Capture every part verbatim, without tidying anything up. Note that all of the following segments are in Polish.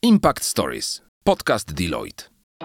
Impact Stories, podcast Deloitte.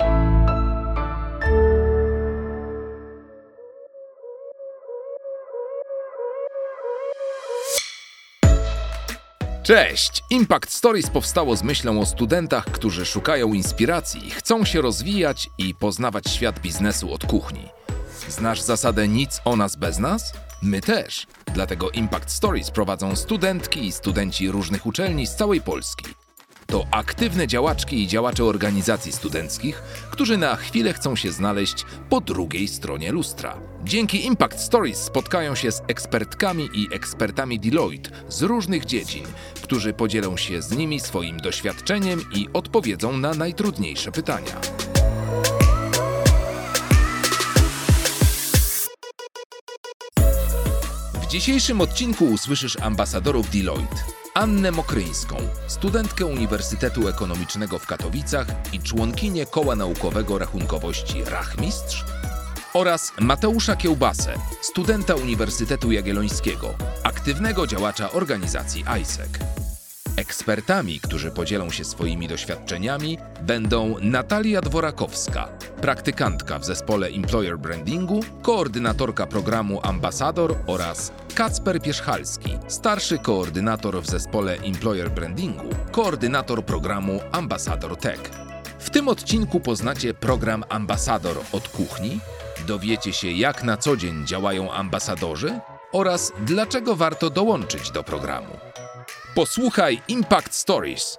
Cześć! Impact Stories powstało z myślą o studentach, którzy szukają inspiracji, chcą się rozwijać i poznawać świat biznesu od kuchni. Znasz zasadę nic o nas bez nas? My też. Dlatego Impact Stories prowadzą studentki i studenci różnych uczelni z całej Polski. To aktywne działaczki i działacze organizacji studenckich, którzy na chwilę chcą się znaleźć po drugiej stronie lustra. Dzięki Impact Stories spotkają się z ekspertkami i ekspertami Deloitte z różnych dziedzin, którzy podzielą się z nimi swoim doświadczeniem i odpowiedzą na najtrudniejsze pytania. W dzisiejszym odcinku usłyszysz ambasadorów Deloitte. Annę Mokryńską, studentkę Uniwersytetu Ekonomicznego w Katowicach i członkinię Koła Naukowego Rachunkowości Rachmistrz, oraz Mateusza Kiełbasę, studenta Uniwersytetu Jagiellońskiego, aktywnego działacza organizacji I S E C. Ekspertami, którzy podzielą się swoimi doświadczeniami, będą Natalia Dworakowska, praktykantka w zespole Employer Brandingu, koordynatorka programu Ambassador oraz Kacper Pierzchalski, starszy koordynator w zespole Employer Brandingu, koordynator programu Ambassador Tech. W tym odcinku poznacie program Ambassador od kuchni, dowiecie się, jak na co dzień działają ambasadorzy oraz dlaczego warto dołączyć do programu. Posłuchaj Impact Stories.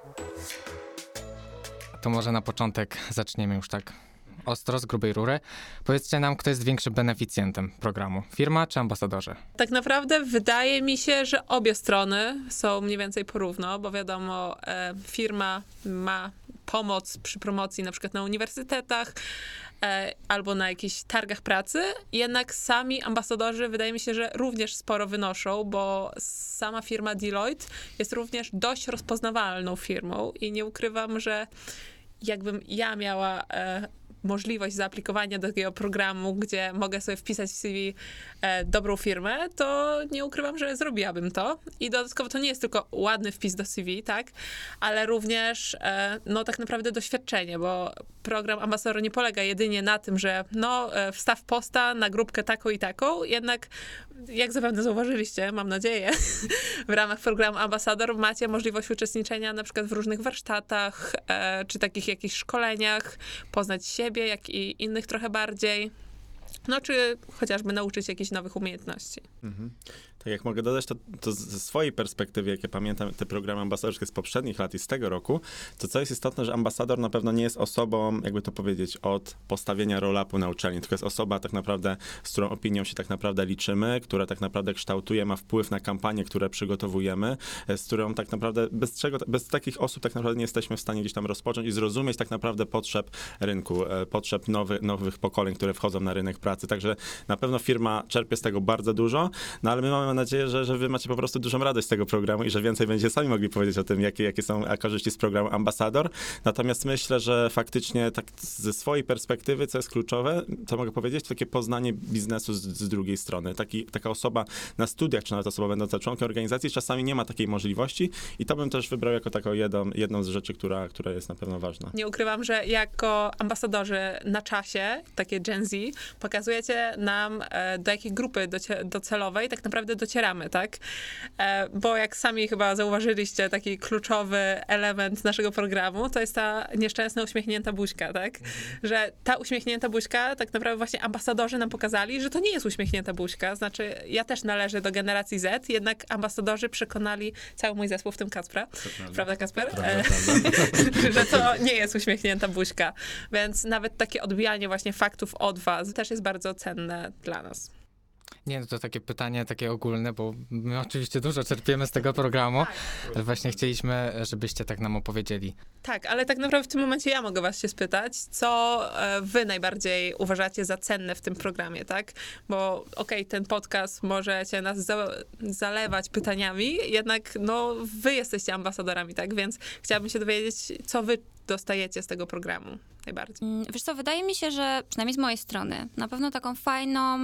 To może na początek zaczniemy już tak ostro, z grubej rury. Powiedzcie nam, kto jest większym beneficjentem programu? Firma czy ambasadorzy? Tak naprawdę wydaje mi się, że obie strony są mniej więcej porówno, bo wiadomo, e, firma ma pomoc przy promocji na przykład na uniwersytetach e, albo na jakichś targach pracy, jednak sami ambasadorzy wydaje mi się, że również sporo wynoszą, bo sama firma Deloitte jest również dość rozpoznawalną firmą i nie ukrywam, że jakbym ja miała e, możliwość zaaplikowania do takiego programu, gdzie mogę sobie wpisać w C V e, dobrą firmę, to nie ukrywam, że zrobiłabym to. I dodatkowo to nie jest tylko ładny wpis do C V, tak? Ale również e, no tak naprawdę doświadczenie, bo program Ambassador nie polega jedynie na tym, że no e, wstaw posta na grupkę taką i taką, jednak jak zapewne zauważyliście, mam nadzieję, w ramach programu Ambassador macie możliwość uczestniczenia na przykład w różnych warsztatach, e, czy takich jakichś szkoleniach, poznać siebie, jak i innych trochę bardziej, no czy chociażby nauczyć się jakichś nowych umiejętności. Mhm. Tak jak mogę dodać, to, to ze swojej perspektywy, jak ja pamiętam te programy ambasadorskie z poprzednich lat i z tego roku, to co jest istotne, że ambasador na pewno nie jest osobą, jakby to powiedzieć, od postawienia roll-upu na uczelni, tylko jest osoba tak naprawdę, z którą opinią się tak naprawdę liczymy, która tak naprawdę kształtuje, ma wpływ na kampanie, które przygotowujemy, z którą tak naprawdę, bez czego, bez takich osób tak naprawdę nie jesteśmy w stanie gdzieś tam rozpocząć i zrozumieć tak naprawdę potrzeb rynku, potrzeb nowy, nowych pokoleń, które wchodzą na rynek pracy. Także na pewno firma czerpie z tego bardzo dużo, no ale my mamy nadzieję, że, że wy macie po prostu dużą radość z tego programu i że więcej będziecie sami mogli powiedzieć o tym, jakie, jakie są korzyści z programu Ambassador. Natomiast myślę, że faktycznie tak ze swojej perspektywy, co jest kluczowe, to mogę powiedzieć, takie poznanie biznesu z, z drugiej strony. Taki, taka osoba na studiach, czy nawet osoba będąca członkiem organizacji, czasami nie ma takiej możliwości i to bym też wybrał jako taką jedną, jedną z rzeczy, która, która jest na pewno ważna. Nie ukrywam, że jako ambasadorzy na czasie, takie Gen Z, pokazujecie nam, do jakiej grupy docie- docelowej tak naprawdę docieramy, tak? E, bo jak sami chyba zauważyliście, taki kluczowy element naszego programu, to jest ta nieszczęsna uśmiechnięta buźka, tak? Że ta uśmiechnięta buźka, tak naprawdę właśnie ambasadorzy nam pokazali, że to nie jest uśmiechnięta buźka. Znaczy, ja też należę do generacji Z, jednak ambasadorzy przekonali cały mój zespół, w tym Kacpra. Prawda, prawda Kacper? Prawda, e, prawda. że to nie jest uśmiechnięta buźka. Więc nawet takie odbijanie właśnie faktów od was też jest bardzo cenne dla nas. Nie, no to takie pytanie takie ogólne, bo my oczywiście dużo czerpiemy z tego programu, ale właśnie chcieliśmy, żebyście tak nam opowiedzieli. Tak, ale tak naprawdę w tym momencie ja mogę was się spytać, co e, wy najbardziej uważacie za cenne w tym programie, tak? Bo okej, okay, ten podcast możecie nas za, zalewać pytaniami, jednak no wy jesteście ambasadorami, tak? Więc chciałabym się dowiedzieć, co wy dostajecie z tego programu najbardziej. Wiesz co, wydaje mi się, że przynajmniej z mojej strony, na pewno taką fajną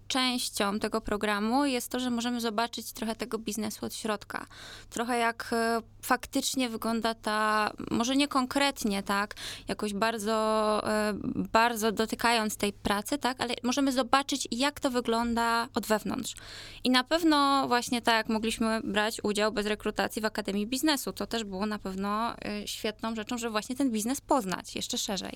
częścią tego programu jest to, że możemy zobaczyć trochę tego biznesu od środka. Trochę jak e, faktycznie wygląda ta, może nie konkretnie, tak, jakoś bardzo, e, bardzo dotykając tej pracy, tak, ale możemy zobaczyć, jak to wygląda od wewnątrz. I na pewno właśnie tak, jak mogliśmy brać udział bez rekrutacji w Akademii Biznesu, to też było na pewno e, świetną rzeczą, że właśnie ten biznes poznać jeszcze szerzej.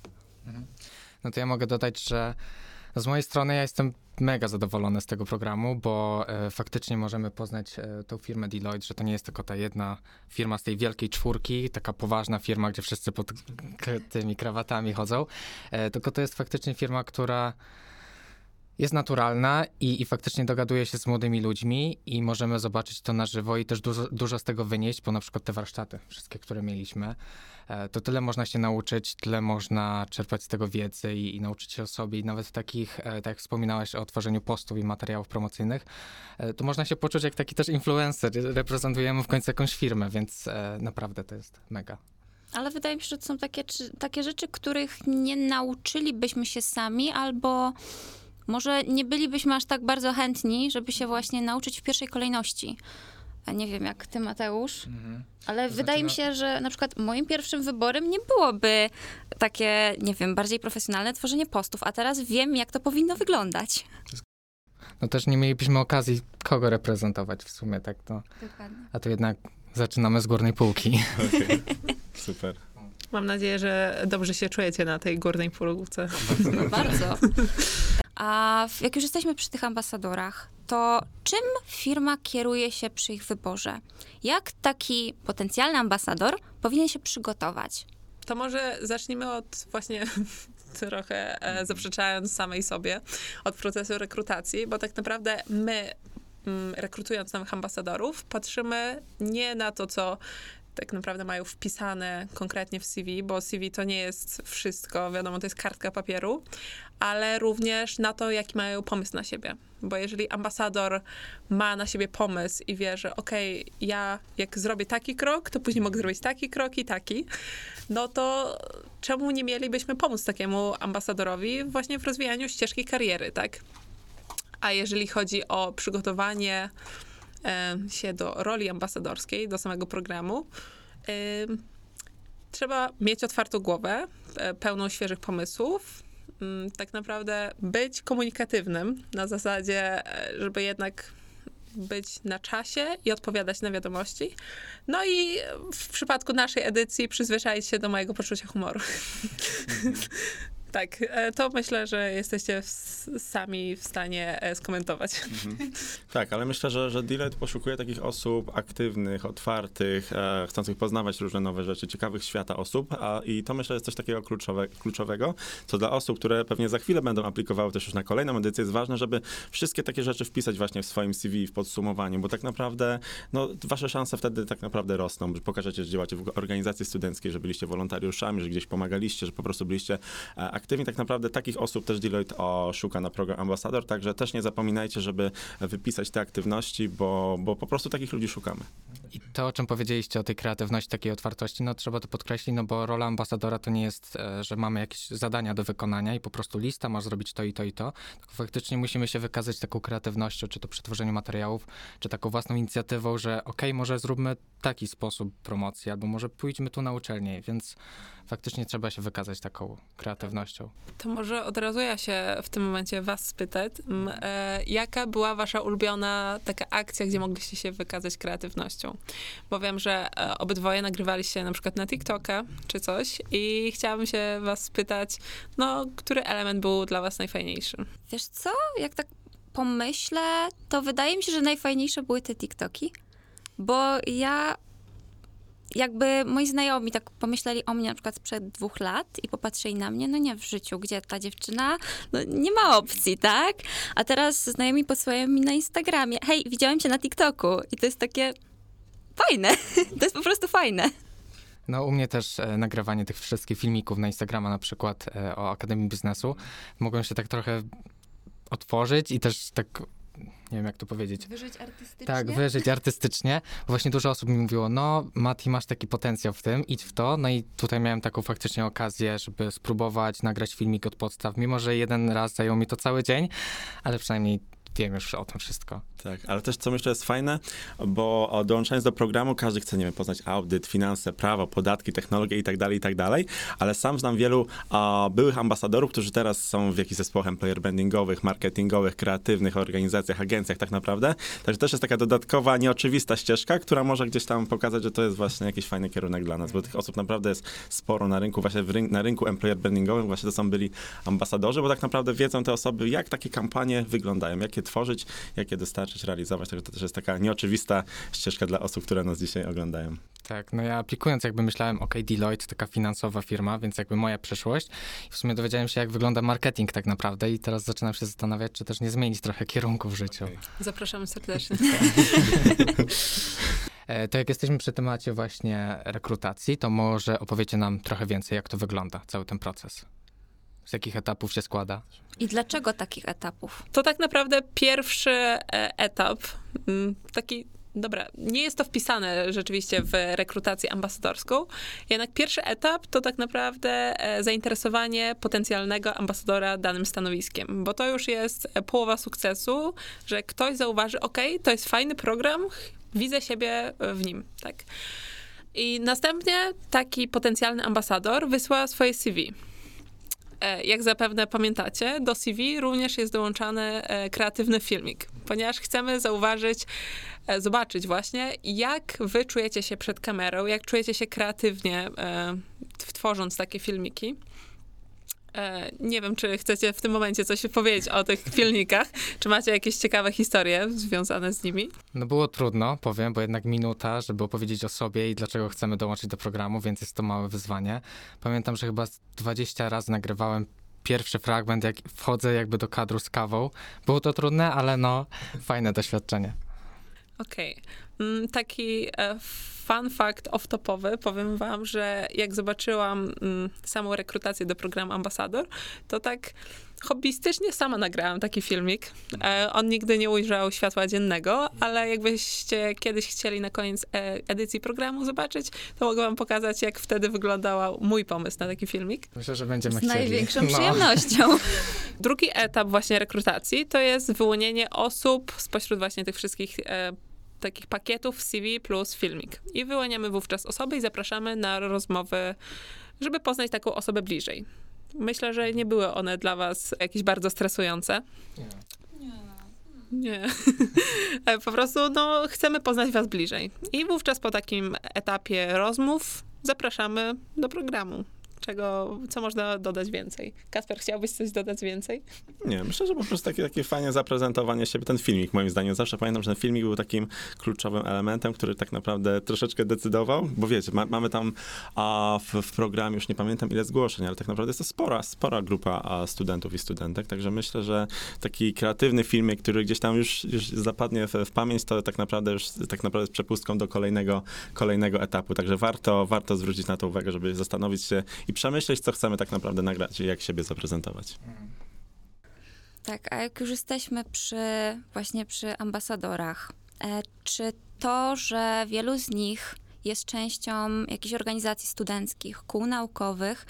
No to ja mogę dodać, że z mojej strony ja jestem mega zadowolony z tego programu, bo e, faktycznie możemy poznać e, tą firmę Deloitte, że to nie jest tylko ta jedna firma z tej wielkiej czwórki, taka poważna firma, gdzie wszyscy pod k- tymi krawatami chodzą, e, tylko to jest faktycznie firma, która jest naturalna i, i faktycznie dogaduje się z młodymi ludźmi i możemy zobaczyć to na żywo i też dużo, dużo z tego wynieść, bo na przykład te warsztaty, wszystkie, które mieliśmy, e, to tyle można się nauczyć, tyle można czerpać z tego wiedzy i, i nauczyć się o sobie i nawet w takich, e, tak jak wspominałeś o tworzeniu postów i materiałów promocyjnych, e, to można się poczuć jak taki też influencer, reprezentujemy w końcu jakąś firmę, więc e, naprawdę to jest mega. Ale wydaje mi się, że to są takie, czy, takie rzeczy, których nie nauczylibyśmy się sami, albo może nie bylibyśmy aż tak bardzo chętni, żeby się właśnie nauczyć w pierwszej kolejności. A nie wiem, jak ty, Mateusz, Mhm. ale To wydaje znaczy, mi się, że na przykład moim pierwszym wyborem nie byłoby takie, nie wiem, bardziej profesjonalne tworzenie postów, a teraz wiem, jak to powinno wyglądać. No też nie mielibyśmy okazji kogo reprezentować w sumie, tak to, Dokładnie. a tu jednak zaczynamy z górnej półki. Okej, super. Mam nadzieję, że dobrze się czujecie na tej górnej półce. Bardzo. A w- jak już jesteśmy przy tych ambasadorach, to czym firma kieruje się przy ich wyborze? Jak taki potencjalny ambasador powinien się przygotować? To może zacznijmy od właśnie trochę e, zaprzeczając samej sobie, od procesu rekrutacji, bo tak naprawdę my, mm, rekrutując nowych ambasadorów, patrzymy nie na to, co tak naprawdę mają wpisane konkretnie w C V, bo C V to nie jest wszystko, wiadomo, to jest kartka papieru, ale również na to, jaki mają pomysł na siebie. Bo jeżeli ambasador ma na siebie pomysł i wie, że okej, okay, ja jak zrobię taki krok, to później mogę zrobić taki krok i taki, no to czemu nie mielibyśmy pomóc takiemu ambasadorowi właśnie w rozwijaniu ścieżki kariery, tak? A jeżeli chodzi o przygotowanie e, się do roli ambasadorskiej, do samego programu, e, trzeba mieć otwartą głowę, e, pełną świeżych pomysłów, m, tak naprawdę być komunikatywnym na zasadzie, e, żeby jednak być na czasie i odpowiadać na wiadomości. No i w przypadku naszej edycji przyzwyczaić się do mojego poczucia humoru. Tak, e, to myślę, że jesteście w, sami w stanie e, skomentować. Mhm. Tak, ale myślę, że, że Deloitte poszukuje takich osób aktywnych, otwartych, e, chcących poznawać różne nowe rzeczy, ciekawych świata osób, a, i to myślę jest coś takiego kluczowe, kluczowego, co dla osób, które pewnie za chwilę będą aplikowały też już na kolejną edycję, jest ważne, żeby wszystkie takie rzeczy wpisać właśnie w swoim C V, w podsumowaniu, bo tak naprawdę, no, wasze szanse wtedy tak naprawdę rosną, że pokażecie, że działacie w organizacji studenckiej, że byliście wolontariuszami, że gdzieś pomagaliście, że po prostu byliście e, aktywni. Tak naprawdę takich osób też Deloitte o, szuka na program Ambasador, także też nie zapominajcie, żeby wypisać te aktywności, bo, bo po prostu takich ludzi szukamy. I to, o czym powiedzieliście, o tej kreatywności, takiej otwartości, no trzeba to podkreślić, no bo rola ambasadora to nie jest, e, że mamy jakieś zadania do wykonania i po prostu lista, masz zrobić to i to i to, tylko faktycznie musimy się wykazać taką kreatywnością, czy to przy tworzeniu materiałów, czy taką własną inicjatywą, że okej, okay, może zróbmy taki sposób promocji, albo może pójdźmy tu na uczelnię, więc faktycznie trzeba się wykazać taką kreatywnością. To może od razu ja się w tym momencie was spytać, m, e, jaka była wasza ulubiona taka akcja, gdzie mogliście się wykazać kreatywnością? Bo wiem, że e, obydwoje nagrywaliście na przykład na TikToka czy coś i chciałabym się was spytać, no, który element był dla was najfajniejszy? Wiesz co, jak tak pomyślę, to wydaje mi się, że najfajniejsze były te TikToki, bo ja jakby moi znajomi tak pomyśleli o mnie na przykład sprzed dwóch lat i popatrzyli na mnie, no nie w życiu, gdzie ta dziewczyna, no nie ma opcji, tak? A teraz znajomi podsyłają mi na Instagramie, hej, widziałem cię na TikToku i to jest takie fajne, to jest po prostu fajne. No u mnie też e, nagrywanie tych wszystkich filmików na Instagrama na przykład e, o Akademii Biznesu mogą się tak trochę otworzyć i też tak nie wiem jak to powiedzieć, Wyżyć artystycznie? tak, wyżyć artystycznie. Bo właśnie dużo osób mi mówiło, no Mati, masz taki potencjał w tym, idź w to. No i tutaj miałem taką faktycznie okazję, żeby spróbować nagrać filmik od podstaw, mimo że jeden raz zajął mi to cały dzień, ale przynajmniej wiem już o tym wszystko. Tak, ale też co myślę jest fajne, bo o, dołączając do programu każdy chce, nie wiem, poznać audyt, finanse, prawo, podatki, technologie i tak dalej, i tak dalej, ale sam znam wielu o, byłych ambasadorów, którzy teraz są w jakichś zespołach employer brandingowych, marketingowych, kreatywnych organizacjach, agencjach tak naprawdę. Także też jest taka dodatkowa, nieoczywista ścieżka, która może gdzieś tam pokazać, że to jest właśnie jakiś fajny kierunek dla nas, bo tych osób naprawdę jest sporo na rynku, właśnie w ryn- na rynku employer brandingowym właśnie to są byli ambasadorzy, bo tak naprawdę wiedzą te osoby, jak takie kampanie wyglądają, jak je tworzyć, jak je dostarczyć, realizować, także to też jest taka nieoczywista ścieżka dla osób, które nas dzisiaj oglądają. Tak, no ja aplikując jakby myślałem, ok, Deloitte, taka finansowa firma, więc jakby moja przyszłość. I w sumie dowiedziałem się, jak wygląda marketing tak naprawdę i teraz zaczynam się zastanawiać, czy też nie zmienić trochę kierunku w życiu. Okay. Zapraszamy serdecznie. E, To jak jesteśmy przy temacie właśnie rekrutacji, to może opowiecie nam trochę więcej, jak to wygląda, cały ten proces. Z jakich etapów się składa? I dlaczego takich etapów? To tak naprawdę pierwszy e, etap, m, taki, dobra, nie jest to wpisane rzeczywiście w rekrutację ambasadorską, jednak pierwszy etap to tak naprawdę e, zainteresowanie potencjalnego ambasadora danym stanowiskiem, bo to już jest e, połowa sukcesu, że ktoś zauważy, ok, to jest fajny program, widzę siebie w nim, tak. I następnie taki potencjalny ambasador wysyła swoje C V. Jak zapewne pamiętacie, do C V również jest dołączany kreatywny filmik, ponieważ chcemy zauważyć, zobaczyć właśnie, jak wy czujecie się przed kamerą, jak czujecie się kreatywnie tworząc takie filmiki. Nie wiem, czy chcecie w tym momencie coś powiedzieć o tych filmikach, czy macie jakieś ciekawe historie związane z nimi? No było trudno, powiem, bo jednak minuta, żeby opowiedzieć o sobie i dlaczego chcemy dołączyć do programu, więc jest to małe wyzwanie. Pamiętam, że chyba z dwadzieścia razy nagrywałem pierwszy fragment, jak wchodzę jakby do kadru z kawą. Było to trudne, ale no fajne doświadczenie. Okej. Okay. Taki e, fun fact off-topowy, powiem wam, że jak zobaczyłam mm, samą rekrutację do programu Ambasador, to tak hobbystycznie sama nagrałam taki filmik. E, on nigdy nie ujrzał światła dziennego, ale jakbyście kiedyś chcieli na koniec e, edycji programu zobaczyć, to mogę wam pokazać, jak wtedy wyglądał mój pomysł na taki filmik. Myślę, że będziemy Z chcieli. największą No. przyjemnością. Drugi etap właśnie rekrutacji to jest wyłonienie osób spośród właśnie tych wszystkich e, takich pakietów C V plus filmik. I wyłaniamy wówczas osoby i zapraszamy na rozmowy, żeby poznać taką osobę bliżej. Myślę, że nie były one dla was jakieś bardzo stresujące. Nie. Nie. Po prostu no, chcemy poznać was bliżej. I wówczas po takim etapie rozmów zapraszamy do programu. Czego, co można dodać więcej? Kasper, chciałbyś coś dodać więcej? Nie, myślę, że po prostu takie, takie fajne zaprezentowanie siebie, ten filmik moim zdaniem. Zawsze pamiętam, że ten filmik był takim kluczowym elementem, który tak naprawdę troszeczkę decydował, bo wiecie, ma, mamy tam a, w, w programie, już nie pamiętam ile zgłoszeń, ale tak naprawdę jest to spora, spora grupa a, studentów i studentek, także myślę, że taki kreatywny filmik, który gdzieś tam już, już zapadnie w, w pamięć, to tak naprawdę już tak naprawdę jest przepustką do kolejnego, kolejnego etapu, także warto, warto zwrócić na to uwagę, żeby zastanowić się i przemyśleć, co chcemy tak naprawdę nagrać i jak siebie zaprezentować. Tak, a jak już jesteśmy przy, właśnie przy ambasadorach, e, czy to, że wielu z nich jest częścią jakichś organizacji studenckich, kół naukowych,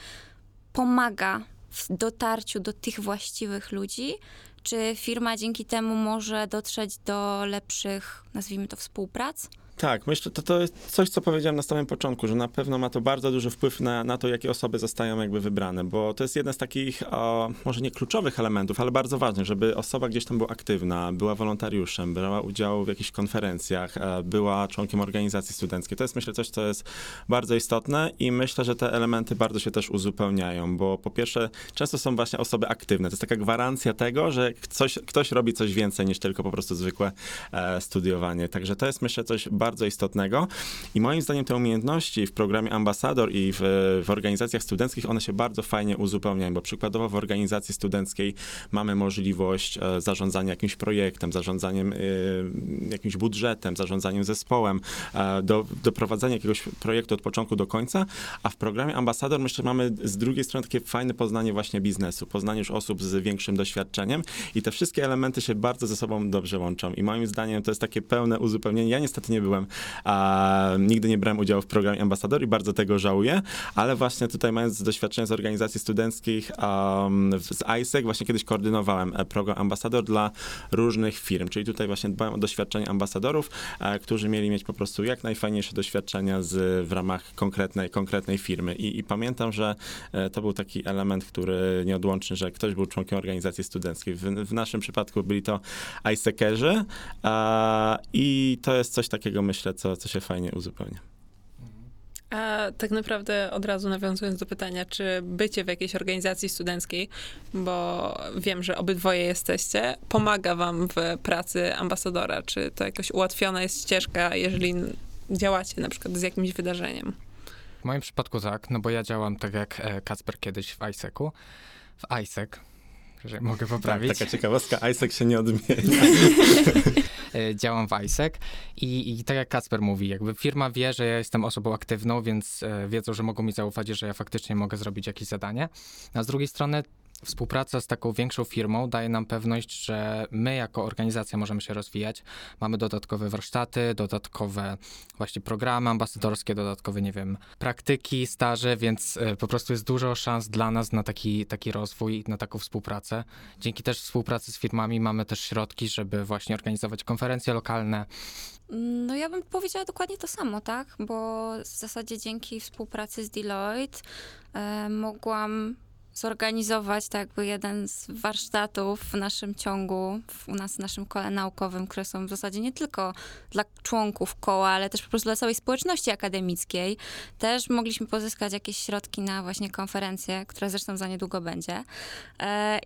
pomaga w dotarciu do tych właściwych ludzi? Czy firma dzięki temu może dotrzeć do lepszych, nazwijmy to, współprac? Tak, myślę, to, to jest coś, co powiedziałem na samym początku, że na pewno ma to bardzo duży wpływ na, na to, jakie osoby zostają jakby wybrane, bo to jest jeden z takich, o, może nie kluczowych elementów, ale bardzo ważnych, żeby osoba gdzieś tam była aktywna, była wolontariuszem, brała udział w jakichś konferencjach, e, była członkiem organizacji studenckiej. To jest, myślę, coś, co jest bardzo istotne i myślę, że te elementy bardzo się też uzupełniają, bo po pierwsze, często są właśnie osoby aktywne. To jest taka gwarancja tego, że coś, ktoś robi coś więcej niż tylko po prostu zwykłe e, studiowanie. Także to jest, myślę, coś bardzo bardzo istotnego i moim zdaniem te umiejętności w programie Ambassador i w, w organizacjach studenckich, one się bardzo fajnie uzupełniają, bo przykładowo w organizacji studenckiej mamy możliwość e, zarządzania jakimś projektem, zarządzaniem e, jakimś budżetem, zarządzaniem zespołem, e, do, doprowadzenia jakiegoś projektu od początku do końca, a w programie Ambassador myślę, mamy z drugiej strony takie fajne poznanie właśnie biznesu, poznanie już osób z większym doświadczeniem i te wszystkie elementy się bardzo ze sobą dobrze łączą i moim zdaniem to jest takie pełne uzupełnienie. Ja niestety nie byłem, a, nigdy nie brałem udziału w programie Ambassador i bardzo tego żałuję, ale właśnie tutaj mając doświadczenie z organizacji studenckich um, z I S E C, właśnie kiedyś koordynowałem program Ambassador dla różnych firm, czyli tutaj właśnie dbałem o doświadczenie ambasadorów, a, którzy mieli mieć po prostu jak najfajniejsze doświadczenia z, w ramach konkretnej, konkretnej firmy I, i pamiętam, że e, to był taki element, który nieodłączny, że ktoś był członkiem organizacji studenckiej. W, w naszym przypadku byli to ISECerzy a, i to jest coś takiego, myślę, co, co się fajnie uzupełnia. A tak naprawdę od razu nawiązując do pytania, czy bycie w jakiejś organizacji studenckiej, bo wiem, że obydwoje jesteście, pomaga wam w pracy ambasadora? Czy to jakoś ułatwiona jest ścieżka, jeżeli działacie na przykład z jakimś wydarzeniem? W moim przypadku tak, no bo ja działam tak jak e, Kacper kiedyś w I S E C-u. W I S E C, jeżeli mogę poprawić. Tak, taka ciekawostka, I S E C się nie odmienia. E, działam w I S E C i, i tak jak Kacper mówi, jakby firma wie, że ja jestem osobą aktywną, więc e, wiedzą, że mogą mi zaufać, że ja faktycznie mogę zrobić jakieś zadanie. A z drugiej strony współpraca z taką większą firmą daje nam pewność, że my jako organizacja możemy się rozwijać. Mamy dodatkowe warsztaty, dodatkowe właśnie programy ambasadorskie, dodatkowe, nie wiem, praktyki, staże, więc y, po prostu jest dużo szans dla nas na taki, taki rozwój, na taką współpracę. Dzięki też współpracy z firmami mamy też środki, żeby właśnie organizować konferencje lokalne. No ja bym powiedziała dokładnie to samo, tak? Bo w zasadzie dzięki współpracy z Deloitte e, mogłam zorganizować tak jakby jeden z warsztatów w naszym ciągu, w, u nas w naszym kole naukowym, które są w zasadzie nie tylko dla członków koła, ale też po prostu dla całej społeczności akademickiej. Też mogliśmy pozyskać jakieś środki na właśnie konferencję, która zresztą za niedługo będzie. E,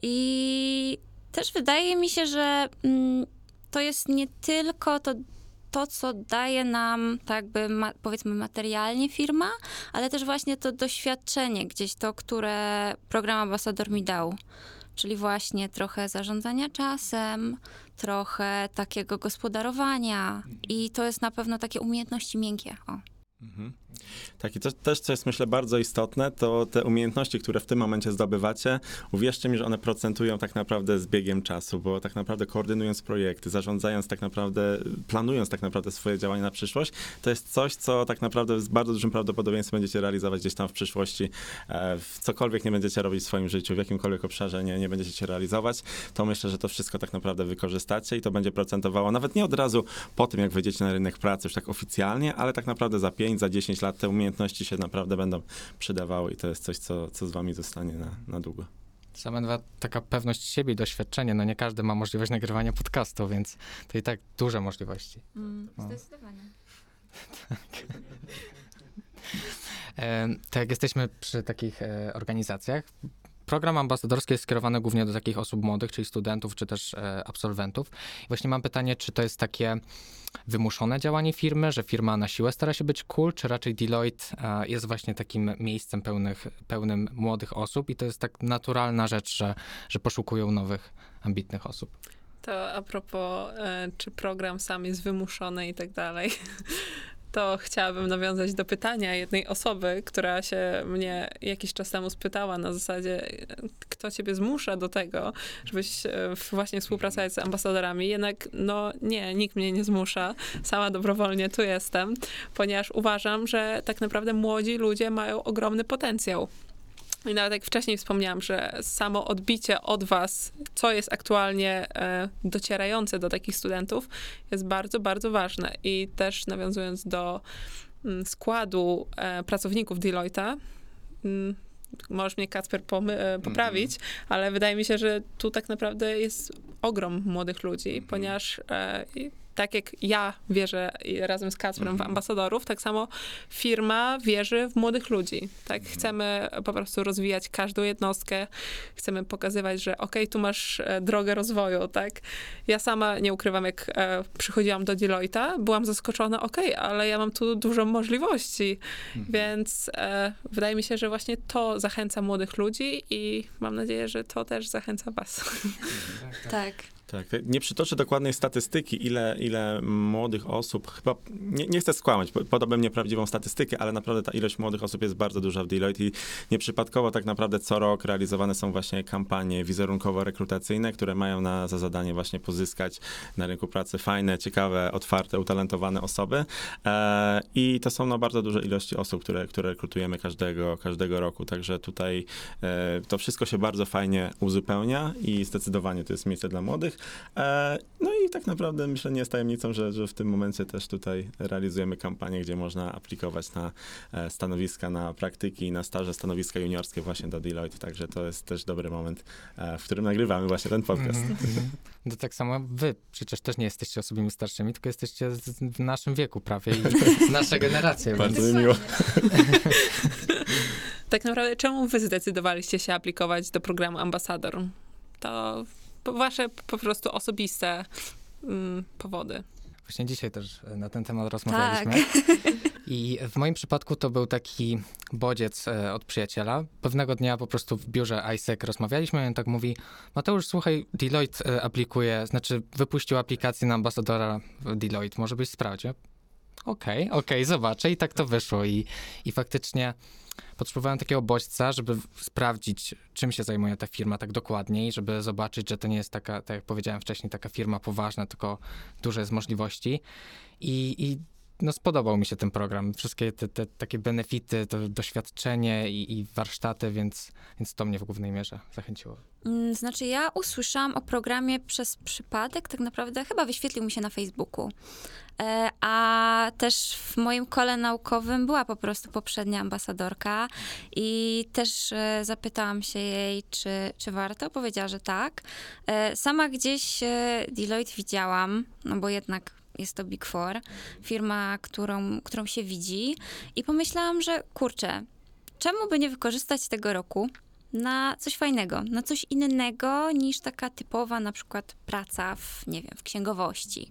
I też wydaje mi się, że mm, to jest nie tylko to to, co daje nam, tak jakby, ma, powiedzmy, materialnie firma, ale też właśnie to doświadczenie gdzieś to, które program Ambassador mi dał. Czyli właśnie trochę zarządzania czasem, trochę takiego gospodarowania i to jest na pewno takie umiejętności miękkie. O. Mhm. Tak, i to też, co jest, myślę, bardzo istotne, to te umiejętności, które w tym momencie zdobywacie, uwierzcie mi, że one procentują tak naprawdę z biegiem czasu, bo tak naprawdę koordynując projekty, zarządzając tak naprawdę, planując tak naprawdę swoje działania na przyszłość, to jest coś, co tak naprawdę z bardzo dużym prawdopodobieństwem będziecie realizować gdzieś tam w przyszłości. W cokolwiek nie będziecie robić w swoim życiu, w jakimkolwiek obszarze nie, nie będziecie realizować, to myślę, że to wszystko tak naprawdę wykorzystacie i to będzie procentowało nawet nie od razu po tym, jak wejdziecie na rynek pracy już tak oficjalnie, ale tak naprawdę za pięć, za dziesięć lat te umiejętności się naprawdę będą przydawały i to jest coś, co, co z wami zostanie na, na długo. Sama dwa, taka pewność siebie i doświadczenie, no nie każdy ma możliwość nagrywania podcastu, więc to i tak duże możliwości. Mm, No. zdecydowanie. Tak. E, tak jak jesteśmy przy takich e, organizacjach, program ambasadorski jest skierowany głównie do takich osób młodych, czyli studentów, czy też e, absolwentów. I właśnie mam pytanie, czy to jest takie wymuszone działanie firmy, że firma na siłę stara się być cool, czy raczej Deloitte e, jest właśnie takim miejscem pełnych, pełnym młodych osób i to jest tak naturalna rzecz, że, że poszukują nowych, ambitnych osób. To a propos, e, czy program sam jest wymuszony i tak dalej, to chciałabym nawiązać do pytania jednej osoby, która się mnie jakiś czas temu spytała na zasadzie, kto ciebie zmusza do tego, żebyś e, właśnie współpracować z ambasadorami. Jednak no nie, nikt mnie nie zmusza. Sama dobrowolnie tu jestem, ponieważ uważam, że tak naprawdę młodzi ludzie mają ogromny potencjał. I nawet jak wcześniej wspomniałam, że samo odbicie od was, co jest aktualnie e, docierające do takich studentów, jest bardzo, bardzo ważne. I też nawiązując do m, składu e, pracowników Deloitte'a, m, możesz mnie, Kacper, pomy- e, poprawić, mm-hmm. ale wydaje mi się, że tu tak naprawdę jest ogrom młodych ludzi, mm-hmm. ponieważ e, tak jak ja wierzę razem z Kacprem w ambasadorów, tak samo firma wierzy w młodych ludzi. Tak? Chcemy po prostu rozwijać każdą jednostkę, chcemy pokazywać, że okej, tu masz e, drogę rozwoju, tak? Ja sama nie ukrywam, jak e, przychodziłam do Deloitte'a, byłam zaskoczona, okej, ale ja mam tu dużo możliwości, mhm. więc e, wydaje mi się, że właśnie to zachęca młodych ludzi i mam nadzieję, że to też zachęca was. Tak. tak. Tak, nie przytoczę dokładnej statystyki, ile, ile młodych osób, chyba, nie, nie chcę skłamać, podałbym nieprawdziwą statystykę, ale naprawdę ta ilość młodych osób jest bardzo duża w Deloitte i nieprzypadkowo tak naprawdę co rok realizowane są właśnie kampanie wizerunkowo-rekrutacyjne, które mają na, za zadanie właśnie pozyskać na rynku pracy fajne, ciekawe, otwarte, utalentowane osoby e, i to są no, bardzo duże ilości osób, które, które rekrutujemy każdego, każdego roku, także tutaj e, to wszystko się bardzo fajnie uzupełnia i zdecydowanie to jest miejsce dla młodych. No i tak naprawdę myślę, nie jest tajemnicą, że, że w tym momencie też tutaj realizujemy kampanię, gdzie można aplikować na stanowiska, na praktyki, na staże, stanowiska juniorskie właśnie do Deloitte, także to jest też dobry moment, w którym nagrywamy właśnie ten podcast. Mm-hmm. To tak samo wy przecież też nie jesteście osobami starszymi, tylko jesteście w naszym wieku prawie i nasza generacja. Bardzo mi miło. Tak naprawdę, czemu wy zdecydowaliście się aplikować do programu Ambasador? To wasze po prostu osobiste mm, powody. Właśnie dzisiaj też na ten temat rozmawialiśmy. Tak. I w moim przypadku to był taki bodziec od przyjaciela. Pewnego dnia po prostu w biurze I S E C rozmawialiśmy i on tak mówi: Mateusz, słuchaj, Deloitte aplikuje, znaczy wypuścił aplikację na ambasadora w Deloitte, może byś sprawdził? Okej, okay, okej, okay, zobaczę. I tak to wyszło. I, i faktycznie potrzebowałem takiego bodźca, żeby sprawdzić, czym się zajmuje ta firma tak dokładnie i żeby zobaczyć, że to nie jest taka, tak jak powiedziałem wcześniej, taka firma poważna, tylko duże jest możliwości. I, i no spodobał mi się ten program. Wszystkie te, te takie benefity, to doświadczenie i, i warsztaty, więc, więc to mnie w głównej mierze zachęciło. Znaczy ja usłyszałam o programie przez przypadek, tak naprawdę chyba wyświetlił mi się na Facebooku. A też w moim kole naukowym była po prostu poprzednia ambasadorka i też zapytałam się jej, czy, czy warto. Powiedziała, że tak. Sama gdzieś Deloitte widziałam, no bo jednak jest to Big Four, firma, którą, którą się widzi i pomyślałam, że kurczę, czemu by nie wykorzystać tego roku na coś fajnego, na coś innego niż taka typowa na przykład praca w, nie wiem, w księgowości.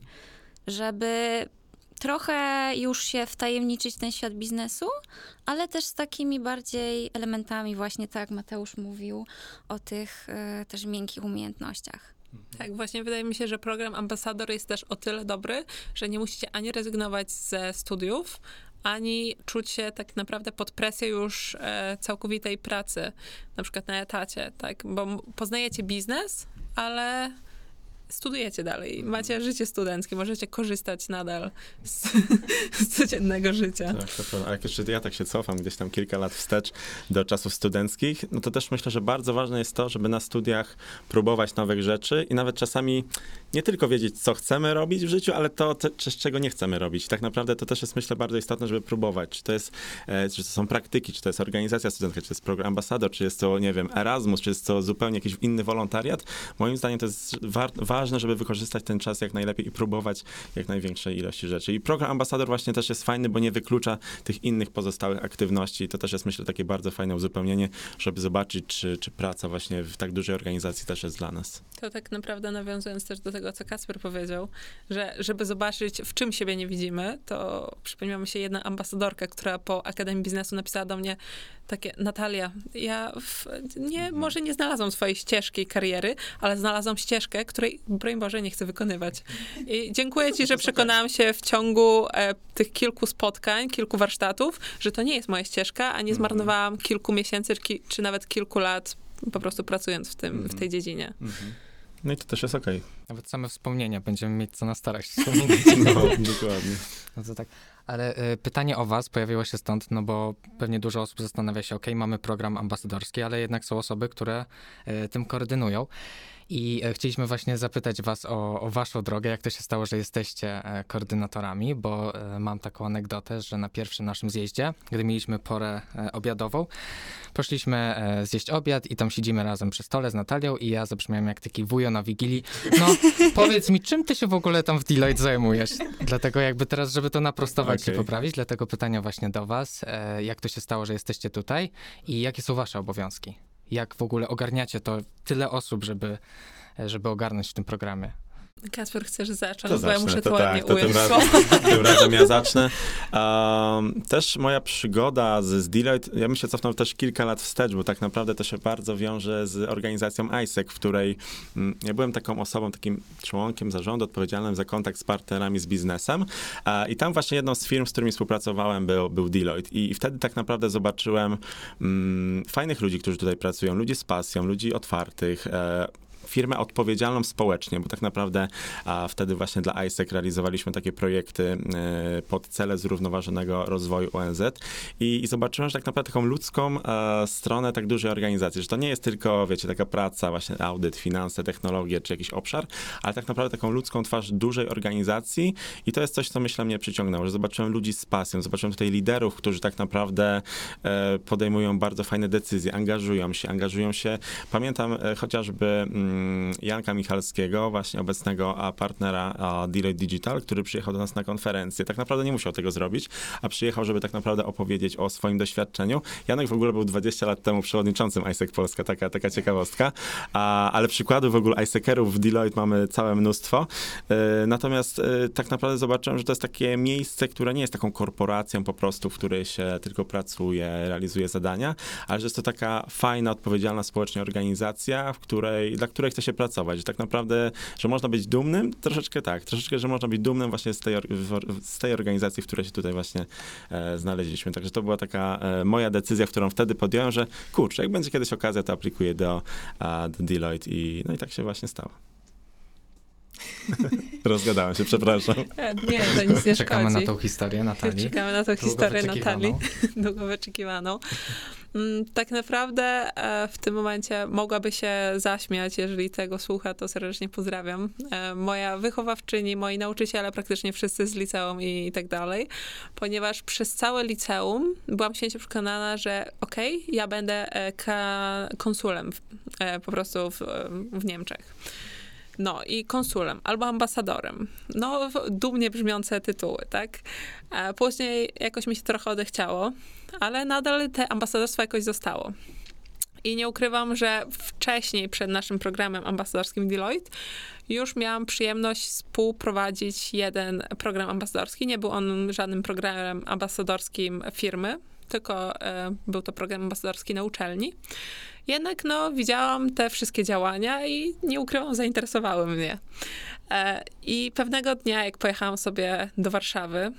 Żeby trochę już się wtajemniczyć w ten świat biznesu, ale też z takimi bardziej elementami właśnie, tak jak Mateusz mówił, o tych y, też miękkich umiejętnościach. Tak, właśnie wydaje mi się, że program Ambasador jest też o tyle dobry, że nie musicie ani rezygnować ze studiów, ani czuć się tak naprawdę pod presją już e, całkowitej pracy, na przykład na etacie, tak? Bo poznajecie biznes, ale studujecie dalej, macie życie studenckie, możecie korzystać nadal z, z codziennego życia. Tak, to prawda. A jak jeszcze ja tak się cofam gdzieś tam kilka lat wstecz do czasów studenckich, no to też myślę, że bardzo ważne jest to, żeby na studiach próbować nowych rzeczy i nawet czasami nie tylko wiedzieć, co chcemy robić w życiu, ale to, te, czy z czego nie chcemy robić. Tak naprawdę to też jest, myślę, bardzo istotne, żeby próbować. Czy to jest, e, czy to są praktyki, czy to jest organizacja studencka, czy to jest program ambasador, czy jest to, nie wiem, Erasmus, czy jest to zupełnie jakiś inny wolontariat. Moim zdaniem to jest wa- ważne, żeby wykorzystać ten czas jak najlepiej i próbować jak największej ilości rzeczy. I program ambasador właśnie też jest fajny, bo nie wyklucza tych innych pozostałych aktywności. To też jest, myślę, takie bardzo fajne uzupełnienie, żeby zobaczyć, czy, czy praca właśnie w tak dużej organizacji też jest dla nas. To tak naprawdę nawiązując też do tego, co Kacper powiedział, że żeby zobaczyć, w czym siebie nie widzimy, to przypomniała mi się jedna ambasadorka, która po Akademii Biznesu napisała do mnie takie: Natalia, ja w, nie, może nie znalazłam swojej ścieżki kariery, ale znalazłam ścieżkę, której, broń Boże, nie chcę wykonywać. I dziękuję ci, że przekonałam się w ciągu e, tych kilku spotkań, kilku warsztatów, że to nie jest moja ścieżka, a nie zmarnowałam kilku miesięcy, czy, czy nawet kilku lat po prostu pracując w tym, w tej dziedzinie. No i to też jest okej. Okay. Nawet same wspomnienia będziemy mieć co na starość wspominać. No, dokładnie. No to tak. Ale y, pytanie o was pojawiło się stąd, no bo pewnie dużo osób zastanawia się, okej, mamy program ambasadorski, ale jednak są osoby, które y, tym koordynują. I e, chcieliśmy właśnie zapytać was o, o waszą drogę, jak to się stało, że jesteście e, koordynatorami, bo e, mam taką anegdotę, że na pierwszym naszym zjeździe, gdy mieliśmy porę e, obiadową, poszliśmy e, zjeść obiad i tam siedzimy razem przy stole z Natalią i ja zabrzmiałem jak taki wujo na Wigilii. No, powiedz mi, czym ty się w ogóle tam w Deloitte zajmujesz? Dlatego jakby teraz, żeby to naprostować Okay. się poprawić, dlatego pytania właśnie do was. E, jak to się stało, że jesteście tutaj i jakie są wasze obowiązki? Jak w ogóle ogarniacie to tyle osób, żeby, żeby ogarnąć w tym programie? Kasper, chcesz zacząć, To bo ja zacznę, muszę to to ładnie tak, to tym ująć. razem, tym razem ja zacznę. Um, też moja przygoda z, z Deloitte, ja bym się cofnął też kilka lat wstecz, bo tak naprawdę to się bardzo wiąże z organizacją I S E C, w której mm, ja byłem taką osobą, takim członkiem zarządu odpowiedzialnym za kontakt z partnerami z biznesem a, i tam właśnie jedną z firm, z którymi współpracowałem był, był Deloitte i, i wtedy tak naprawdę zobaczyłem mm, fajnych ludzi, którzy tutaj pracują, ludzi z pasją, ludzi otwartych, e, firmę odpowiedzialną społecznie, bo tak naprawdę a wtedy właśnie dla I S E C realizowaliśmy takie projekty e, pod cele zrównoważonego rozwoju O N Z i, i zobaczyłem, że tak naprawdę taką ludzką e, stronę tak dużej organizacji, że to nie jest tylko, wiecie, taka praca, właśnie audyt, finanse, technologie, czy jakiś obszar, ale tak naprawdę taką ludzką twarz dużej organizacji i to jest coś, co myślę mnie przyciągnęło, że zobaczyłem ludzi z pasją, zobaczyłem tutaj liderów, którzy tak naprawdę e, podejmują bardzo fajne decyzje, angażują się, angażują się. Pamiętam e, chociażby mm, Janka Michalskiego, właśnie obecnego a, partnera a, Deloitte Digital, który przyjechał do nas na konferencję. Tak naprawdę nie musiał tego zrobić, a przyjechał, żeby tak naprawdę opowiedzieć o swoim doświadczeniu. Janek w ogóle był dwadzieścia lat temu przewodniczącym I S E C Polska, taka, taka ciekawostka, a, ale przykładów w ogóle I S E C-erów w Deloitte mamy całe mnóstwo. E, natomiast e, tak naprawdę zobaczyłem, że to jest takie miejsce, które nie jest taką korporacją po prostu, w której się tylko pracuje, realizuje zadania, ale że jest to taka fajna, odpowiedzialna społecznie organizacja, w której, dla której chce się pracować. Że tak naprawdę, że można być dumnym, troszeczkę tak, troszeczkę, że można być dumnym właśnie z tej, z tej organizacji, w której się tutaj właśnie e, znaleźliśmy. Także to była taka e, moja decyzja, którą wtedy podjąłem, że kurczę, jak będzie kiedyś okazja, to aplikuję do, a, do Deloitte i no i tak się właśnie stało. Rozgadałem się, przepraszam. E, Nie, to nic nie Czekamy szkodzi. na tą historię Natalii. Czekamy na tą Długo historię wyczekiwaną. Natalii, długo wyczekiwaną. Mm, Tak naprawdę e, w tym momencie mogłaby się zaśmiać, jeżeli tego słucha, to serdecznie pozdrawiam. E, Moja wychowawczyni, moi nauczyciele, praktycznie wszyscy z liceum i, i tak dalej, ponieważ przez całe liceum byłam święcie przekonana, że okej, okay, ja będę e, ka- konsulem w, e, po prostu w, w Niemczech. No i konsulem albo ambasadorem. No, dumnie brzmiące tytuły, tak? A później jakoś mi się trochę odechciało, ale nadal te ambasadorstwo jakoś zostało. I nie ukrywam, że wcześniej, przed naszym programem ambasadorskim Deloitte, już miałam przyjemność współprowadzić jeden program ambasadorski. Nie był on żadnym programem ambasadorskim firmy, tylko e, był to program ambasadorski na uczelni. Jednak no, widziałam te wszystkie działania i nie ukrywam, zainteresowały mnie. E, I pewnego dnia, jak pojechałam sobie do Warszawy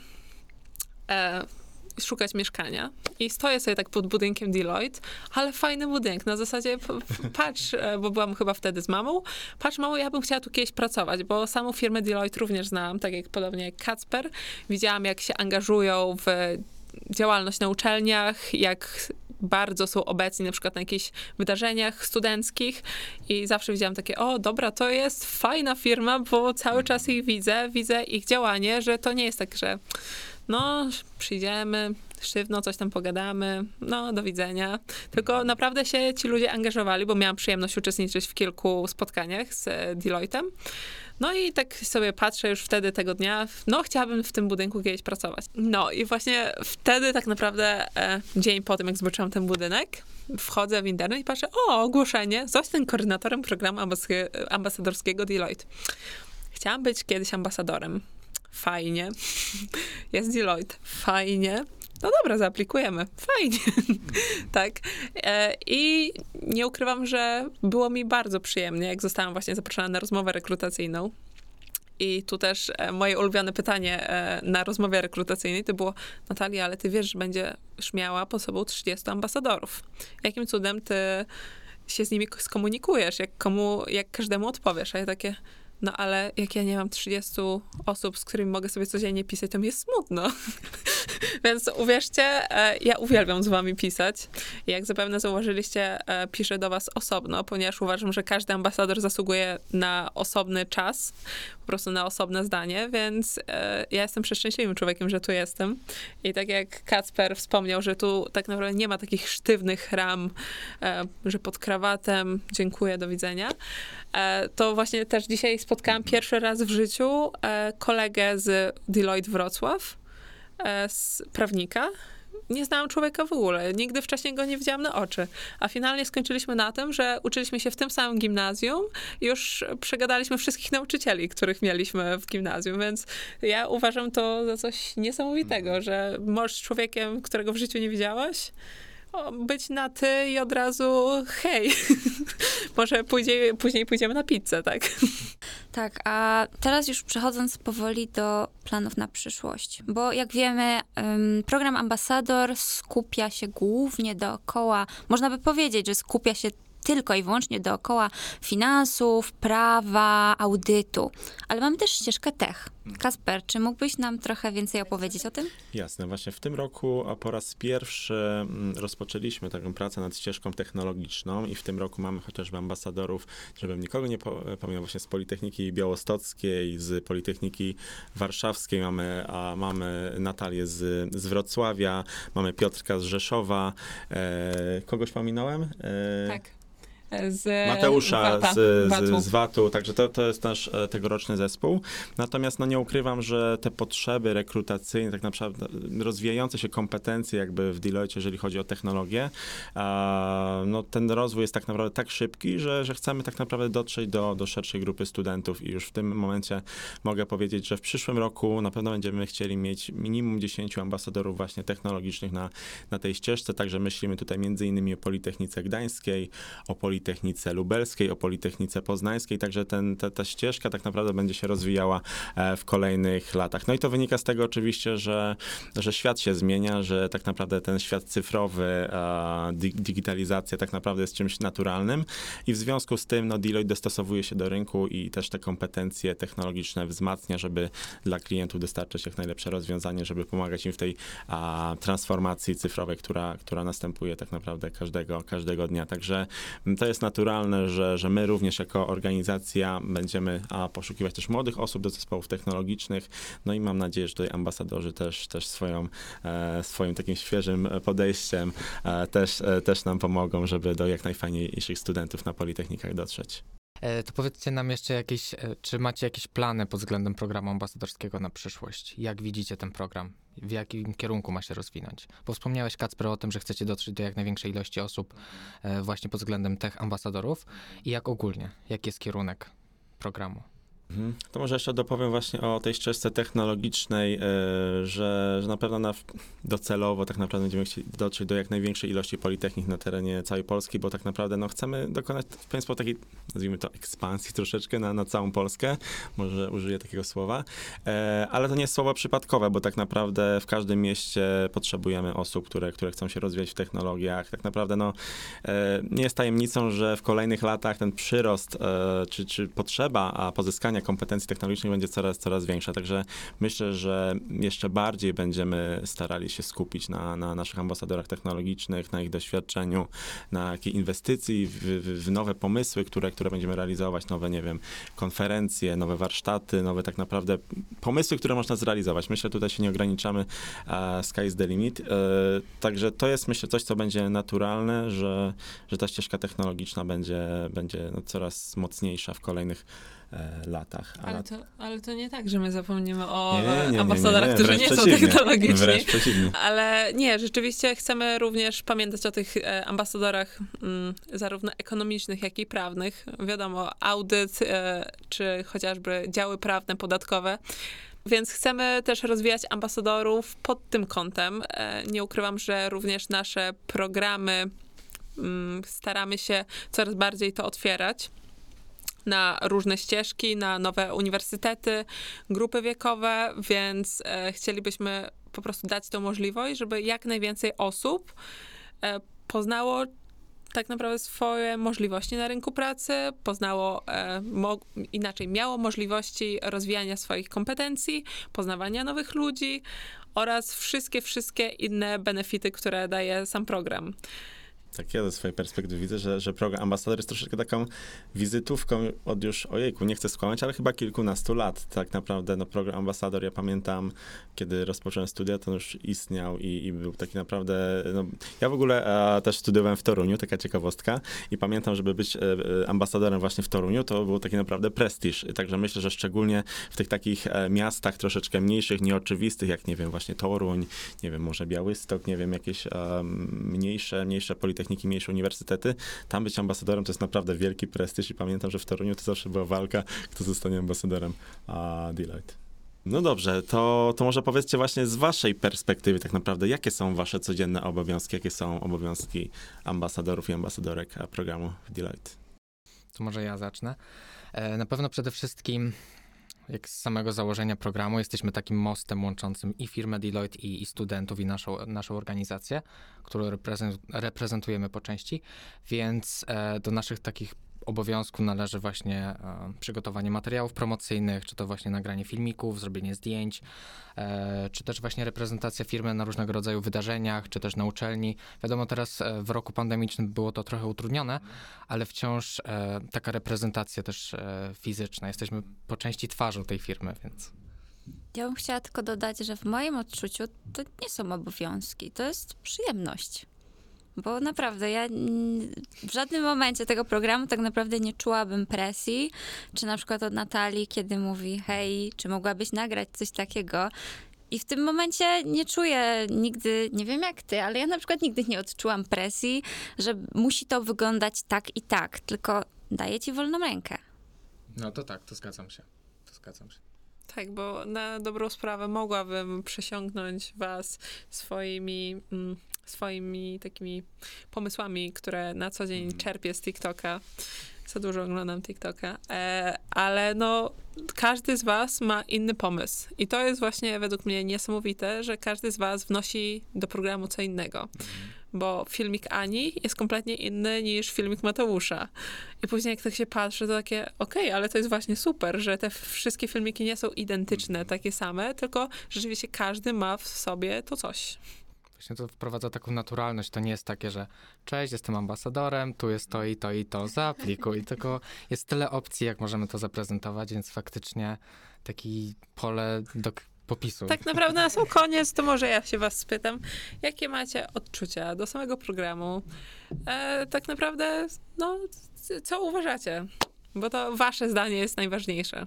e, szukać mieszkania i stoję sobie tak pod budynkiem Deloitte, ale fajny budynek, na zasadzie p- p- patrz, e, bo byłam chyba wtedy z mamą, patrz mamo, ja bym chciała tu kiedyś pracować, bo samą firmę Deloitte również znałam, tak jak podobnie jak Kacper. Widziałam, jak się angażują w działalność na uczelniach, jak bardzo są obecni na przykład na jakichś wydarzeniach studenckich i zawsze widziałam takie, o dobra, to jest fajna firma, bo cały czas ich widzę, widzę ich działanie, że to nie jest tak, że no przyjdziemy, sztywno coś tam pogadamy, no do widzenia. Tylko naprawdę się ci ludzie angażowali, bo miałam przyjemność uczestniczyć w kilku spotkaniach z Deloitte'em. No i tak sobie patrzę już wtedy tego dnia, no chciałabym w tym budynku kiedyś pracować. No i właśnie wtedy tak naprawdę e, dzień po tym, jak zobaczyłam ten budynek, wchodzę w internet i patrzę, o, ogłoszenie, zostań koordynatorem programu ambas- ambasadorskiego Deloitte. Chciałam być kiedyś ambasadorem. Fajnie. Jest Deloitte. Fajnie. No dobra, zaaplikujemy. Fajnie. Tak. E, I nie ukrywam, że było mi bardzo przyjemnie, jak zostałam właśnie zaproszona na rozmowę rekrutacyjną. I tu też e, moje ulubione pytanie e, na rozmowie rekrutacyjnej to było, Natalia, ale ty wiesz, że będziesz miała pod sobą trzydziestu ambasadorów. Jakim cudem ty się z nimi skomunikujesz? Jak, komu, jak każdemu odpowiesz? A ja takie... No ale jak ja nie mam trzydziestu osób, z którymi mogę sobie codziennie pisać, to mi jest smutno. Więc uwierzcie, e, ja uwielbiam z wami pisać. I jak zapewne zauważyliście, e, piszę do was osobno, ponieważ uważam, że każdy ambasador zasługuje na osobny czas, po prostu na osobne zdanie, więc e, ja jestem przeszczęśliwym człowiekiem, że tu jestem. I tak jak Kacper wspomniał, że tu tak naprawdę nie ma takich sztywnych ram, e, że pod krawatem dziękuję, do widzenia, e, to właśnie też dzisiaj spotkałam pierwszy raz w życiu e, kolegę z Deloitte Wrocław, e, z prawnika. Nie znałam człowieka w ogóle, nigdy wcześniej go nie widziałam na oczy. A finalnie skończyliśmy na tym, że uczyliśmy się w tym samym gimnazjum i już przegadaliśmy wszystkich nauczycieli, których mieliśmy w gimnazjum, więc ja uważam to za coś niesamowitego, że możesz z człowiekiem, którego w życiu nie widziałaś, o, być na ty i od razu hej, może pójdzie, później pójdziemy na pizzę, tak? Tak, a teraz już przechodząc powoli do planów na przyszłość, bo jak wiemy, ym, program Ambasador skupia się głównie dookoła, można by powiedzieć, że skupia się tylko i wyłącznie dookoła finansów, prawa, audytu, ale mamy też ścieżkę tech. Kacper, czy mógłbyś nam trochę więcej opowiedzieć o tym? Jasne, właśnie w tym roku po raz pierwszy mm, rozpoczęliśmy taką pracę nad ścieżką technologiczną i w tym roku mamy chociażby ambasadorów, żebym nikogo nie po- pomijał, właśnie z Politechniki Białostockiej, z Politechniki Warszawskiej, mamy, a mamy Natalię z, z Wrocławia, mamy Piotrka z Rzeszowa, e, kogoś pominąłem? E, Tak. Z Mateusza Wata, z, Watu. z, z Watu, także to, to jest nasz e, tegoroczny zespół. Natomiast no nie ukrywam, że te potrzeby rekrutacyjne, tak naprawdę rozwijające się kompetencje jakby w Deloitte, jeżeli chodzi o technologię, a, no ten rozwój jest tak naprawdę tak szybki, że, że chcemy tak naprawdę dotrzeć do, do szerszej grupy studentów i już w tym momencie mogę powiedzieć, że w przyszłym roku na pewno będziemy chcieli mieć minimum dziesięciu ambasadorów właśnie technologicznych na, na tej ścieżce, także myślimy tutaj między innymi o Politechnice Gdańskiej, o Politechnice Politechnice Lubelskiej, o Politechnice Poznańskiej, także ten, ta, ta ścieżka tak naprawdę będzie się rozwijała w kolejnych latach. No i to wynika z tego oczywiście, że, że świat się zmienia, że tak naprawdę ten świat cyfrowy, digitalizacja tak naprawdę jest czymś naturalnym i w związku z tym no, Deloitte dostosowuje się do rynku i też te kompetencje technologiczne wzmacnia, żeby dla klientów dostarczyć jak najlepsze rozwiązanie, żeby pomagać im w tej a, transformacji cyfrowej, która, która następuje tak naprawdę każdego, każdego dnia. Także to jest naturalne, że, że my również jako organizacja będziemy a, poszukiwać też młodych osób do zespołów technologicznych, no i mam nadzieję, że tutaj ambasadorzy też, też swoją, e, swoim takim świeżym podejściem e, też, e, też nam pomogą, żeby do jak najfajniejszych studentów na Politechnikach dotrzeć. E, to powiedzcie nam jeszcze jakieś, e, czy macie jakieś plany pod względem programu ambasadorskiego na przyszłość? Jak widzicie ten program? W jakim kierunku ma się rozwinąć? Bo wspomniałeś, Kacper, o tym, że chcecie dotrzeć do jak największej ilości osób e, właśnie pod względem tech ambasadorów. I jak ogólnie? Jaki jest kierunek programu? Mhm. To może jeszcze dopowiem właśnie o tej ścieżce technologicznej, że, że na pewno na, docelowo tak naprawdę będziemy chcieli dotrzeć do jak największej ilości politechnik na terenie całej Polski, bo tak naprawdę no, chcemy dokonać w pewien sposób takiej, nazwijmy to, ekspansji troszeczkę na, na całą Polskę, może użyję takiego słowa, ale to nie jest słowo przypadkowe, bo tak naprawdę w każdym mieście potrzebujemy osób, które, które chcą się rozwijać w technologiach. Tak naprawdę no, nie jest tajemnicą, że w kolejnych latach ten przyrost czy, czy potrzeba a pozyskania kompetencji technologicznych będzie coraz, coraz większa. Także myślę, że jeszcze bardziej będziemy starali się skupić na, na naszych ambasadorach technologicznych, na ich doświadczeniu, na jakiej inwestycji w, w, w nowe pomysły, które, które będziemy realizować, nowe, nie wiem, konferencje, nowe warsztaty, nowe tak naprawdę pomysły, które można zrealizować. Myślę, tutaj się nie ograniczamy, uh, sky is the limit. Uh, także to jest, myślę, coś, co będzie naturalne, że, że ta ścieżka technologiczna będzie, będzie no, coraz mocniejsza w kolejnych latach. Ale, ale, to, ale to nie tak, że my zapomnimy o nie, nie, nie, ambasadorach, nie, nie. którzy nie są przeciwnie. technologiczni. Wręcz przeciwnie. Ale nie, rzeczywiście chcemy również pamiętać o tych e, ambasadorach m, zarówno ekonomicznych, jak i prawnych. Wiadomo, audyt, e, czy chociażby działy prawne, podatkowe. Więc chcemy też rozwijać ambasadorów pod tym kątem. E, nie ukrywam, że również nasze programy m, staramy się coraz bardziej to otwierać na różne ścieżki, na nowe uniwersytety, grupy wiekowe, więc e, chcielibyśmy po prostu dać tą możliwość, żeby jak najwięcej osób e, poznało, tak naprawdę swoje możliwości na rynku pracy, poznało, e, mo, inaczej miało możliwości rozwijania swoich kompetencji, poznawania nowych ludzi oraz wszystkie, wszystkie inne benefity, które daje sam program. Tak, ja ze swojej perspektywy widzę, że, że program Ambasador jest troszeczkę taką wizytówką od już, ojejku, nie chcę skłamać, ale chyba kilkunastu lat. Tak naprawdę, no program Ambasador, ja pamiętam, kiedy rozpocząłem studia, to już istniał i, i był taki naprawdę, no, ja w ogóle a, też studiowałem w Toruniu, taka ciekawostka, i pamiętam, żeby być e, ambasadorem właśnie w Toruniu, to był taki naprawdę prestiż. Także myślę, że szczególnie w tych takich e, miastach troszeczkę mniejszych, nieoczywistych, jak nie wiem, właśnie Toruń, nie wiem, może Białystok, nie wiem, jakieś e, mniejsze, mniejsze politechniki, mniejsze uniwersytety, tam być ambasadorem to jest naprawdę wielki prestiż i pamiętam, że w Toruniu to zawsze była walka, kto zostanie ambasadorem a Deloitte. No dobrze, to, to może powiedzcie właśnie z waszej perspektywy tak naprawdę, jakie są wasze codzienne obowiązki, jakie są obowiązki ambasadorów i ambasadorek programu Deloitte? To może ja zacznę. E, na pewno przede wszystkim jak z samego założenia programu jesteśmy takim mostem łączącym i firmę Deloitte, i, i studentów, i naszą, naszą organizację, którą reprezent, reprezentujemy po części, więc e, do naszych takich obowiązków należy właśnie e, przygotowanie materiałów promocyjnych, czy to właśnie nagranie filmików, zrobienie zdjęć, e, czy też właśnie reprezentacja firmy na różnego rodzaju wydarzeniach, czy też na uczelni. Wiadomo, teraz e, w roku pandemicznym było to trochę utrudnione, ale wciąż e, taka reprezentacja też e, fizyczna. Jesteśmy po części twarzą tej firmy, więc... Ja bym chciała tylko dodać, że w moim odczuciu to nie są obowiązki, to jest przyjemność. Bo naprawdę ja w żadnym momencie tego programu tak naprawdę nie czułabym presji, czy na przykład od Natalii, kiedy mówi hej, czy mogłabyś nagrać coś takiego. I w tym momencie nie czuję nigdy, nie wiem jak ty, ale ja na przykład nigdy nie odczułam presji, że musi to wyglądać tak i tak, tylko daję ci wolną rękę. No to tak, to zgadzam się. To zgadzam się. Tak, bo na dobrą sprawę mogłabym przesiąknąć was swoimi, mm, swoimi takimi pomysłami, które na co dzień czerpię z TikToka. Za dużo oglądam TikToka, e, ale no każdy z was ma inny pomysł. I to jest właśnie według mnie niesamowite, że każdy z was wnosi do programu co innego. Bo filmik Ani jest kompletnie inny niż filmik Mateusza. I później jak tak się patrzy, to takie, okej, okay, ale to jest właśnie super, że te wszystkie filmiki nie są identyczne, takie same, tylko rzeczywiście każdy ma w sobie to coś. Właśnie to wprowadza taką naturalność. To nie jest takie, że cześć, jestem ambasadorem, tu jest to i to i to, zaaplikuj. Tylko jest tyle opcji, jak możemy to zaprezentować, więc faktycznie taki pole do popisu. Tak naprawdę na sam koniec, to może ja się was spytam, jakie macie odczucia do samego programu? E, tak naprawdę, no, co uważacie? Bo to wasze zdanie jest najważniejsze.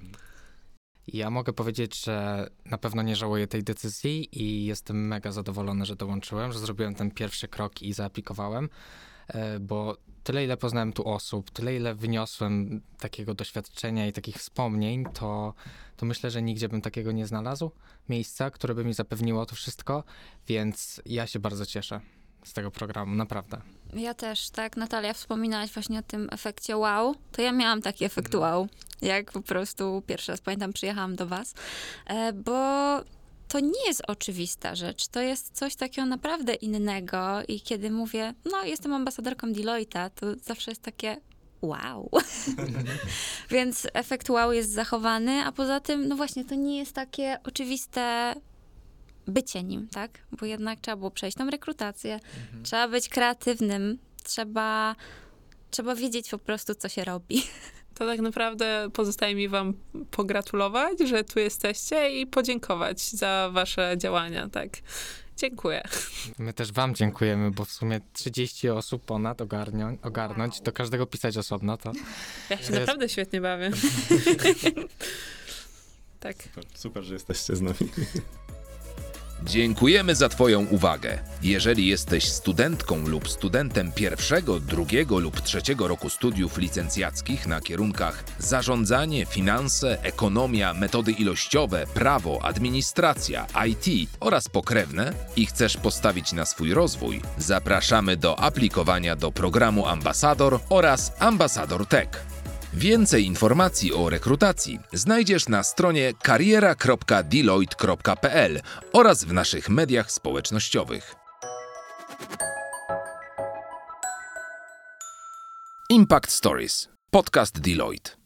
Ja mogę powiedzieć, że na pewno nie żałuję tej decyzji i jestem mega zadowolony, że dołączyłem, że zrobiłem ten pierwszy krok i zaaplikowałem, bo tyle, ile poznałem tu osób, tyle, ile wyniosłem takiego doświadczenia i takich wspomnień, to, to myślę, że nigdzie bym takiego nie znalazł, miejsca, które by mi zapewniło to wszystko, więc ja się bardzo cieszę z tego programu, naprawdę. Ja też, tak, Natalia, wspominałaś właśnie o tym efekcie wow, to ja miałam taki efekt wow, jak po prostu pierwszy raz, pamiętam, przyjechałam do was, bo to nie jest oczywista rzecz, to jest coś takiego naprawdę innego i kiedy mówię, no jestem ambasadorką Deloitte'a, to zawsze jest takie wow. Więc efekt wow jest zachowany, a poza tym, no właśnie, to nie jest takie oczywiste bycie nim, tak? Bo jednak trzeba było przejść tą rekrutację, mhm. trzeba być kreatywnym, trzeba, trzeba wiedzieć po prostu, co się robi. To tak naprawdę pozostaje mi wam pogratulować, że tu jesteście i podziękować za wasze działania, tak. Dziękuję. My też wam dziękujemy, bo w sumie trzydzieści osób ponad ogarnią, ogarnąć, wow. Do każdego pisać osobno, to... Ja się jest... naprawdę świetnie bawię. Tak. Super, super, że jesteście z nami. Dziękujemy za Twoją uwagę. Jeżeli jesteś studentką lub studentem pierwszego, drugiego lub trzeciego roku studiów licencjackich na kierunkach zarządzanie, finanse, ekonomia, metody ilościowe, prawo, administracja, I T oraz pokrewne i chcesz postawić na swój rozwój, zapraszamy do aplikowania do programu Ambasador oraz Ambasador Tech. Więcej informacji o rekrutacji znajdziesz na stronie kariera kropka deloitte kropka p l oraz w naszych mediach społecznościowych. Impact Stories. Podcast Deloitte.